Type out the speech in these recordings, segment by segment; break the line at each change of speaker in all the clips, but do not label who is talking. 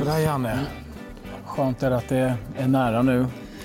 Sådär Janne. Skönt är att det är nära nu.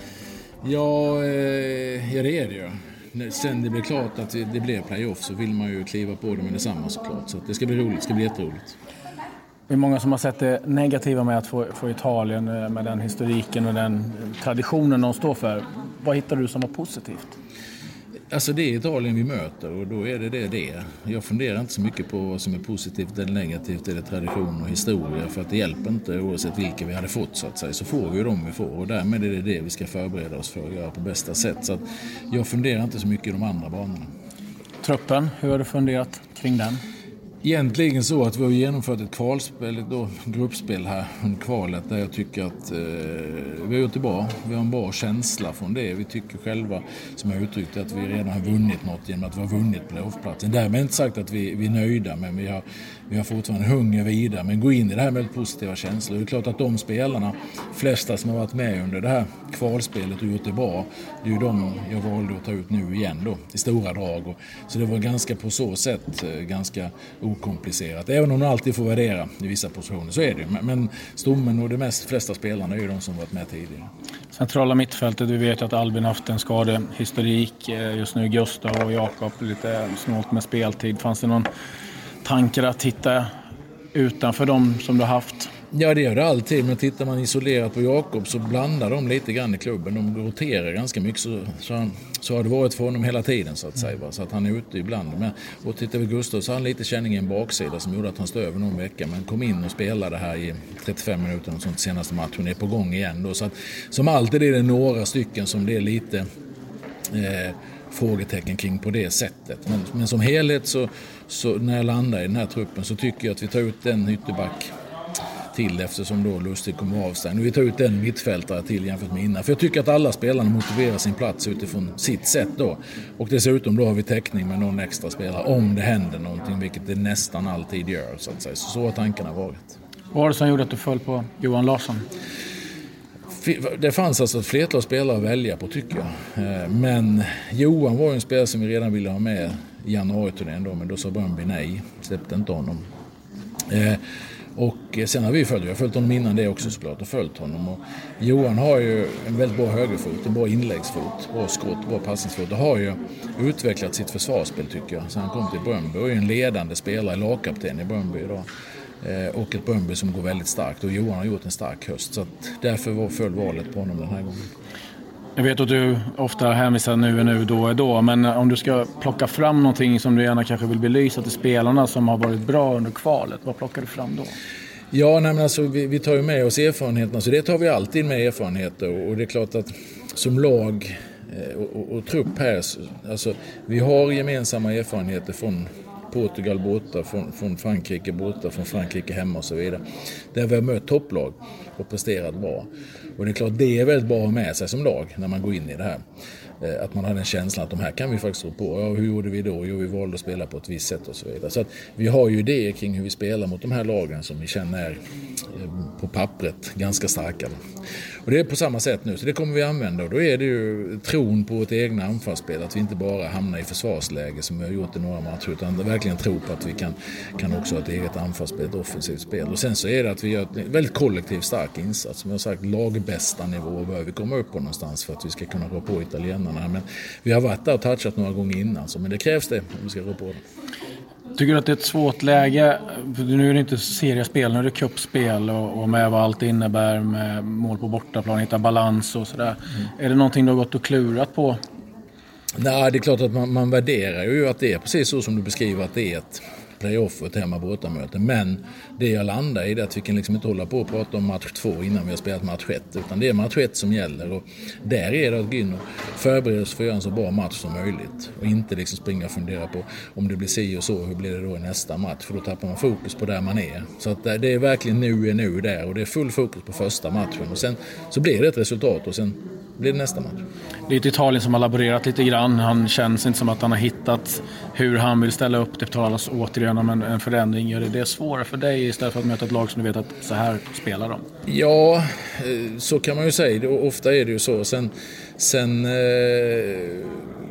Ja, det är det ju. Sen det blir klart att det blir playoff så vill man ju kliva på det med detsamma såklart. Så att det ska bli roligt, det ska bli jätteroligt.
Det är många som har sett det negativa med att få Italien med den historiken och den traditionen de står för. Vad hittar du som var positivt?
Alltså det är Italien vi möter och då är det. Jag funderar inte så mycket på vad som är positivt eller negativt eller tradition och historia för att det hjälper inte oavsett vilka vi hade fått så att säga. Så får vi ju dem vi får och därmed är det vi ska förbereda oss för att göra på bästa sätt. Så att jag funderar inte så mycket i de andra banorna.
Truppen, hur har du funderat kring den?
Egentligen så att vi har genomfört ett kvalspel, ett gruppspel här under kvalet där jag tycker att vi har gjort det bra. Vi har en bra känsla från det. Vi tycker själva, som jag uttryckte, att vi redan har vunnit något genom att vi har vunnit playoffplatsen. Därmed inte sagt att vi är nöjda, men vi har fortfarande hunger vidare. Men gå in i det här med positiva känslor. Det är klart att de spelarna, flesta som har varit med under det här kvalspelet och gjort det bra, det är ju de jag valde att ta ut nu igen då, i stora drag. Så det var ganska på så sätt ganska okomplicerat. Även om de alltid får värdera i vissa positioner så är det ju. Men stommen och de flesta spelarna är ju de som varit med tidigare.
Centrala mittfältet, vi vet att Albin haft en skadehistorik. Just nu Gustav och Jakob lite snålt med speltid. Fanns det någon tankar att titta utanför dem som du har haft?
Ja, det gör det alltid, men tittar man isolerat på Jakob så blandar de lite grann i klubben. De roterar ganska mycket så har det varit för honom hela tiden så att säga. Så att han är ute ibland. Och tittar vi Gustav så har han lite känning i en baksida som gjorde att han stod över någon vecka. Men kom in och spelade här i 35 minuter och sånt senaste matchen är på gång igen då. Så att, som alltid är det några stycken som det är lite frågetecken kring på det sättet. Men som helhet så när jag landar i den här truppen så tycker jag att vi tar ut en ytterback till eftersom då Lustig kommer avstängd. Vi tar ut en mittfältare till jämfört med innan. För jag tycker att alla spelarna motiverar sin plats utifrån sitt sätt då. Och dessutom då har vi täckning med någon extra spelare om det händer någonting, vilket det nästan alltid gör så att säga. Så har tankarna varit.
Vad var det som gjorde att du föll på Johan Larsson?
Det fanns alltså ett flertal spelare att välja på tycker jag. Men Johan var ju en spelare som vi redan ville ha med i januari-turnén då, men då sa Bröndby nej. Släppte inte honom. Och sen har vi följt honom innan det också såklart och följt honom. Och Johan har ju en väldigt bra högerfot, en bra inläggsfot, bra skott, bra passningsfot. Och har ju utvecklat sitt försvarsspel tycker jag. Sen han kom till Bröndby och är en ledande spelare, lagkapten i Bröndby idag. Och ett Bröndby som går väldigt starkt och Johan har gjort en stark höst. Så att därför föll valet på honom den här gången.
Jag vet att du ofta hänvisar nu, då är då. Men om du ska plocka fram någonting som du gärna kanske vill belysa till spelarna som har varit bra under kvalet, vad plockar du fram då?
Ja, nej, men alltså, vi tar ju med oss erfarenheterna, så det tar vi alltid med erfarenheter. Och det är klart att som lag och trupp här, alltså, vi har gemensamma erfarenheter från Portugal borta, från Frankrike borta, från Frankrike hemma och så vidare. Där vi har mött topplag och presterat bra. Och det är klart, det är väldigt bra att ha med sig som lag när man går in i det här. Att man har den känslan att de här kan vi faktiskt stå på. Ja, hur gjorde vi då? Jo, vi valde att spela på ett visst sätt och så vidare. Så att vi har ju idéer kring hur vi spelar mot de här lagen som vi känner är på pappret ganska starka. Och det är på samma sätt nu, så det kommer vi använda. Och då är det ju tron på ett egna anfallsspel, att vi inte bara hamnar i försvarsläge som vi har gjort i några matcher, utan verkligen tro på att vi kan också ha ett eget anfallsspel, ett offensivt spel. Och sen så är det att vi gör en väldigt kollektiv stark insats. Som jag har sagt, lagbästa nivå bör vi komma upp på någonstans för att vi ska kunna rå på italienarna. Men vi har varit där och touchat några gånger innan, så, men det krävs det om vi ska rå på det.
Tycker du att det är ett svårt läge? För nu är det inte seriespel, nu är det cupspel och med vad allt innebär med mål på bortaplan, hitta balans och sådär. Är det någonting du har gått och klurat på?
Nej, det är klart att man värderar ju att det är precis så som du beskriver, att det är ett playoff och ett hemma-bortamöte. Men det jag landar i är att vi kan liksom inte hålla på och prata om match 2 innan vi har spelat match 1. Utan det är match 1 som gäller. Och där är det att gå in och förbereda oss för att göra en så bra match som möjligt. Och inte liksom springa och fundera på om det blir si och så, hur blir det då i nästa match. För då tappar man fokus på där man är. Så att det är verkligen nu där. Och det är full fokus på första matchen. Och sen så blir det ett resultat och sen blir det nästa match.
Det är ett Italien som har laborerat lite grann. Han känns inte som att han har hittat hur han vill ställa upp. Det talas återigen om en förändring. Gör det svårare för dig istället för att möta ett lag som du vet att så här spelar de?
Ja, så kan man ju säga. Ofta är det ju så. Sen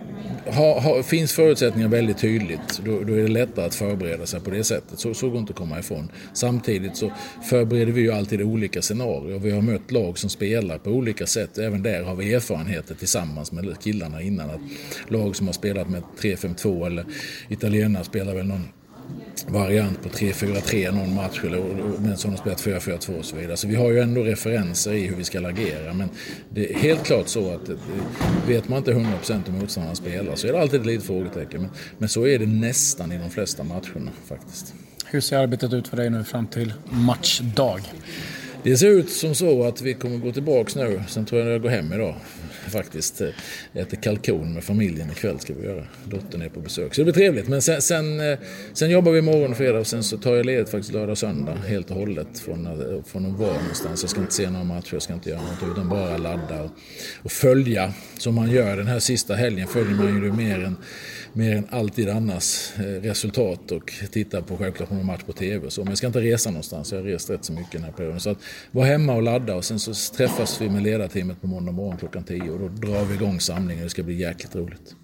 finns förutsättningar väldigt tydligt, då är det lättare att förbereda sig på det sättet. Så går inte att komma ifrån. Samtidigt så förbereder vi ju alltid olika scenarier. Vi har mött lag som spelar på olika sätt. Även där har vi erfarenheter tillsammans med killarna innan. Att lag som har spelat med 3-5-2 eller italienarna spelar väl någon variant på 3-4-3 någon match men som de spelat 4-4-2 och så vidare. Så vi har ju ändå referenser i hur vi ska agera, men det är helt klart så att vet man inte 100% hur motståndarna spelar så är det alltid ett litet frågetecken, men så är det nästan i de flesta matcherna faktiskt.
Hur ser arbetet ut för dig nu fram till matchdag?
Det ser ut som så att vi kommer gå tillbaka nu, sen tror jag går hem idag faktiskt. Äter kalkon med familjen ikväll ska vi göra. Dottern är på besök. Så det blir trevligt. Men sen jobbar vi imorgon och fredag och sen så tar jag ledigt faktiskt lördag och söndag helt och hållet från att vara någonstans. Jag ska inte se några matcher, jag ska inte göra något utan bara ladda och följa som man gör. Den här sista helgen följer man ju mer än alltid annars resultat och titta på självklart på en match på tv. Så, men jag ska inte resa någonstans, jag har rest rätt så mycket den här perioden. Så att vara hemma och ladda och sen så träffas vi med ledarteamet på måndag morgon 10:00 och då drar vi igång samlingen. Det ska bli jäkligt roligt.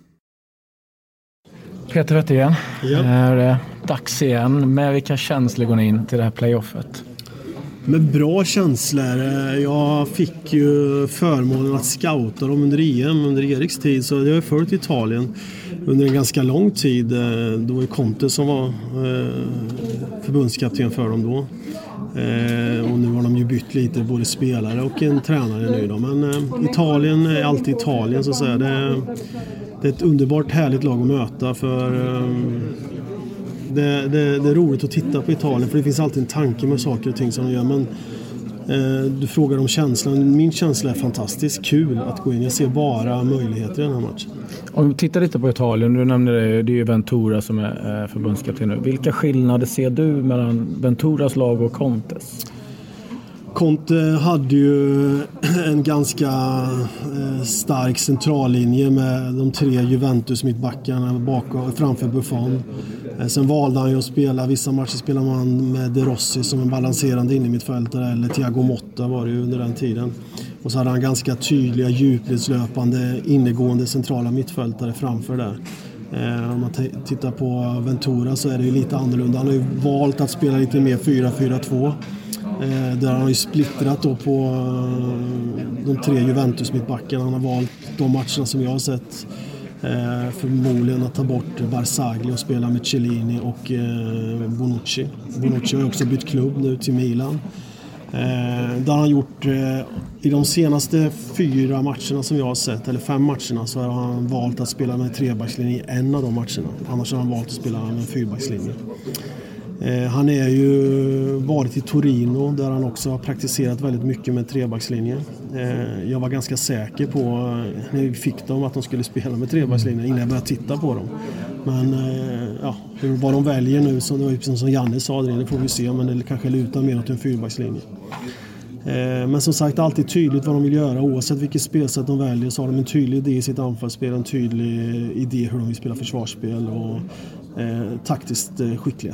Peter Wettergren,
ja.
Är det dags igen. Med vilka känslor går ni in till det här playoffet?
Med bra känslor. Jag fick ju förmånen att scouta dem under EM, under Eriks tid. Så jag har följt Italien under en ganska lång tid. Då var Conte som var förbundskapten för dem då. Och nu har de ju bytt lite både spelare och en tränare nu då. Men Italien är alltid Italien så att säga. Det är ett underbart härligt lag att möta för... Det är roligt att titta på Italien för det finns alltid en tanke med saker och ting som de gör, men du frågar om känslan. Min känsla är fantastiskt kul att gå in. Jag ser bara möjligheter i den här matchen.
Om vi tittar lite på Italien, du nämnde det är ju Ventura som är förbundskapten nu. Vilka skillnader ser du mellan Venturas lag och Contes?
Conte hade ju en ganska stark centrallinje med de 3 Juventus mittbackarna bakom, framför Buffon. Sen valde han ju att spela, vissa matcher spelar man med De Rossi som en balanserande innermittfältare eller Thiago Motta var det ju under den tiden. Och så hade han ganska tydliga djupledslöpande innegående centrala mittfältare framför där. Om man tittar på Ventura så är det ju lite annorlunda. Han har ju valt att spela lite mer 4-4-2. Där han har ju splittrat då på de 3 Juventus mittbackarna. Han har valt de matcherna som jag har sett förmodligen att ta bort Barzagli och spela med Cellini och Bonucci. Bonucci har också bytt klubb nu till Milan. Där han gjort i de senaste 4 matcherna som jag har sett, eller 5 matcherna, så har han valt att spela med 3-backslinje i en av de matcherna. Annars har han valt att spela med 4-backslinje. Han är ju varit i Torino där han också har praktiserat väldigt mycket med 3-backslinje. Jag var ganska säker på när vi fick dem att de skulle spela med 3-backslinje innan jag började titta på dem. Men vad de väljer nu, som Janne sa, det får vi se, men det kanske lutar mer åt en 4-backslinje. Men som sagt, alltid tydligt vad de vill göra. Oavsett vilket spelsätt de väljer så har de en tydlig idé i sitt anfallsspel, en tydlig idé hur de vill spela försvarsspel och taktiskt skickliga.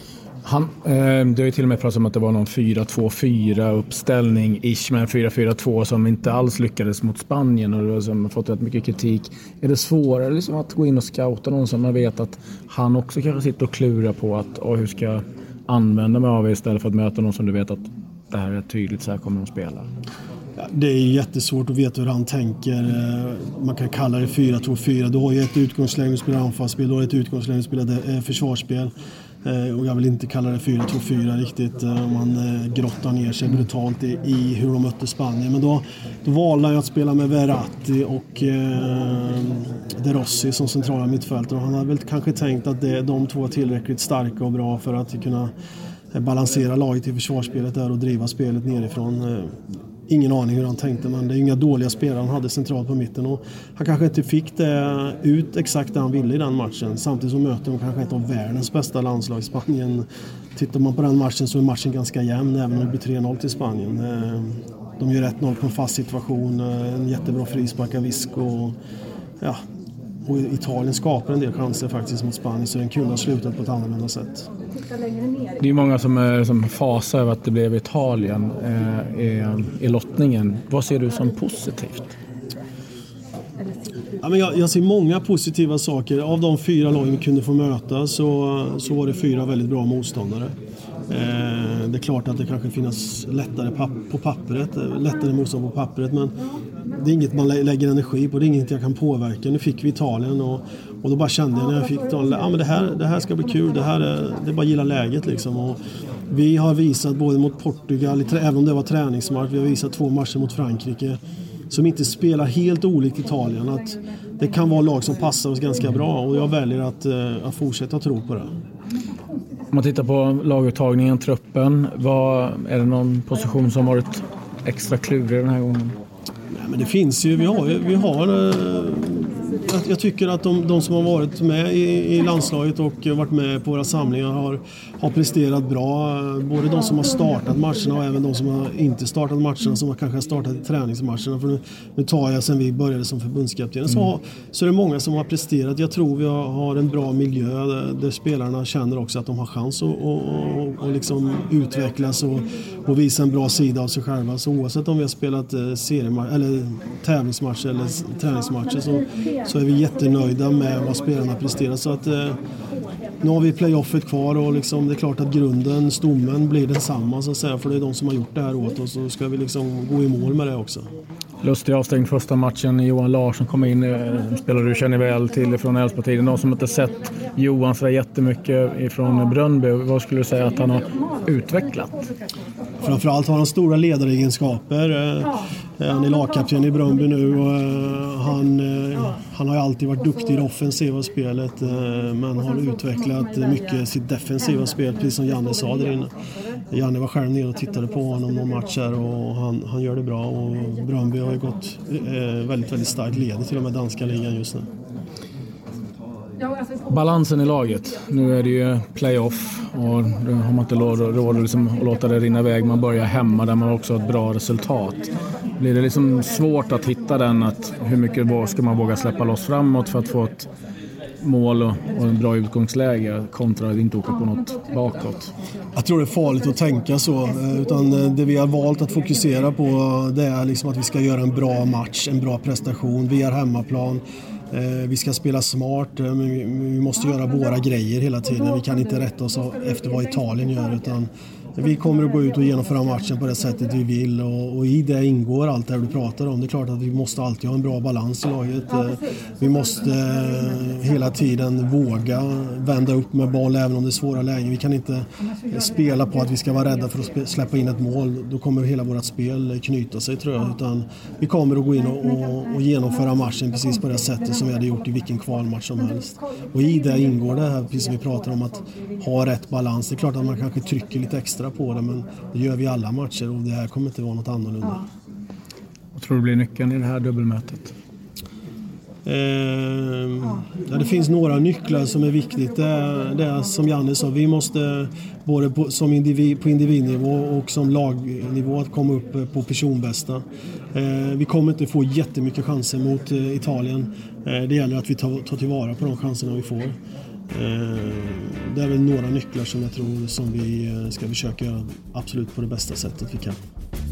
Det har ju till och med pratat om att det var någon 4-2-4 uppställning ish med 4-4-2 som inte alls lyckades mot Spanien och det har som fått rätt mycket kritik. Är det svårare liksom att gå in och scouta någon som man vet att han också kanske sitter och klurar på att hur ska jag använda mig av istället för att möta någon som du vet att det här är tydligt, så här kommer de spela?
Ja, det är jättesvårt att veta hur han tänker. Man kan kalla det 4-2-4. Du har ju ett utgångsläge att spela anfallsspel, du har ett utgångsläge att spela försvarsspel. Och jag vill inte kalla det 4-2-4 riktigt om man grottar ner sig brutalt i hur de mötte Spanien. Men då valde jag att spela med Verratti och De Rossi som centrala mittfältare. Han hade väl kanske tänkt att de två var tillräckligt starka och bra för att kunna balansera laget i försvarsspelet där och driva spelet nerifrån. Ingen aning hur han tänkte, men det är inga dåliga spelare han hade centralt på mitten och han kanske inte fick det ut exakt det han ville i den matchen. Samtidigt så möter de kanske ett av världens bästa landslag, Spanien. Tittar man på den matchen så är matchen ganska jämn även om det blir 3-0 till Spanien. De gör 1-0 på en fast situation, en jättebra frispark av Visco och Italien skapar en del chanser faktiskt mot Spanien så den kunde ha slutat på ett annorlunda sätt.
Det är många som fasar över att det blev Italien i lottningen. Vad ser du som positivt?
Ja, men jag ser många positiva saker. Av de 4 lagen vi kunde få möta så var det 4 väldigt bra motståndare. Det är klart att det kanske finns lättare på pappret, lättare motstånd på pappret, men det är inget man lägger energi på, det är inget jag kan påverka. Nu fick vi Italien och då bara kände jag när jag fick men det här ska bli kul, det är bara att gilla läget liksom. Och vi har visat både mot Portugal, även om det var träningsmatch, vi har visat 2 matcher mot Frankrike som inte spelar helt olikt Italien, att det kan vara lag som passar oss ganska bra, och jag väljer att fortsätta tro på det.
Om man tittar på laguttagningen, truppen, är det någon position som varit extra klurig den här gången?
Nej, men det finns ju, vi har jag tycker att de som har varit med i landslaget och varit med på våra samlingar har presterat bra. Både de som har startat matcherna och även de som har inte startat matcherna, som kanske har startat i träningsmatcherna. För nu tar jag sen vi började som förbundskapten. Så är det många som har presterat. Jag tror vi har en bra miljö där spelarna känner också att de har chans att liksom utvecklas och visa en bra sida av sig själva. Så oavsett om vi har spelat eller tävlingsmatcher eller träningsmatcher så är vi jättenöjda med vad spelarna presterar. Så att nu har vi playoffet kvar och liksom, det är klart att stommen blir densamma så att säga, för det är de som har gjort det här åt oss, så ska vi liksom gå i mål med det också.
Lustig avstängd första matchen. Johan Larsson kom in, spelare du känner väl till från Elfsborg-tiden. De som inte sett Johan så jättemycket ifrån Brönnby, vad skulle du säga att han har utvecklat?
Framförallt har han stora ledaregenskaper. Han är lagkapten i Brönnby nu och han har ju alltid varit duktig i det offensiva spelet, men har utvecklat mycket sitt defensiva spel, precis som Janne sa där inne. Janne var själv nere och tittade på honom någon match här och han gör det bra, och Brönnby har ju gått väldigt, väldigt starkt, leder till och med danska ligan just nu.
Balansen i laget. Nu är det ju playoff och då har man inte råd liksom att låta det rinna iväg. Man börjar hemma där man också har ett bra resultat. Blir det liksom svårt att hitta den, att hur mycket ska man våga släppa loss framåt för att få ett mål och en bra utgångsläge kontra att inte åka på något bakåt?
Jag tror det är farligt att tänka så, utan det vi har valt att fokusera på, det är liksom att vi ska göra en bra match, en bra prestation. Vi har hemmaplan. Vi ska spela smart, men vi måste göra våra grejer hela tiden. Vi kan inte rätta oss efter vad Italien gör, utan vi kommer att gå ut och genomföra matchen på det sättet vi vill, och i det ingår allt det du pratar om. Det är klart att vi måste alltid ha en bra balans i laget. Vi måste hela tiden våga vända upp med boll även om det är svåra lägen. Vi kan inte spela på att vi ska vara rädda för att släppa in ett mål. Då kommer hela vårt spel knyta sig, tror jag. Utan vi kommer att gå in och genomföra matchen precis på det sättet som vi hade gjort i vilken kvalmatch som helst. Och i det ingår det här, precis som vi pratar om, att ha rätt balans. Det är klart att man kanske trycker lite extra på det, men det gör vi i alla matcher, och det här kommer inte vara något annorlunda.
Vad tror du blir nyckeln i det här dubbelmötet?
Det finns några nycklar som är viktigt. Det är som Janne sa, vi måste både på individnivå och som lagnivå att komma upp på personbästa. Vi kommer inte få jättemycket chanser mot Italien. Det gäller att vi tar tillvara på de chanserna vi får. Det är väl några nycklar som jag tror som vi ska försöka göra absolut på det bästa sättet vi kan.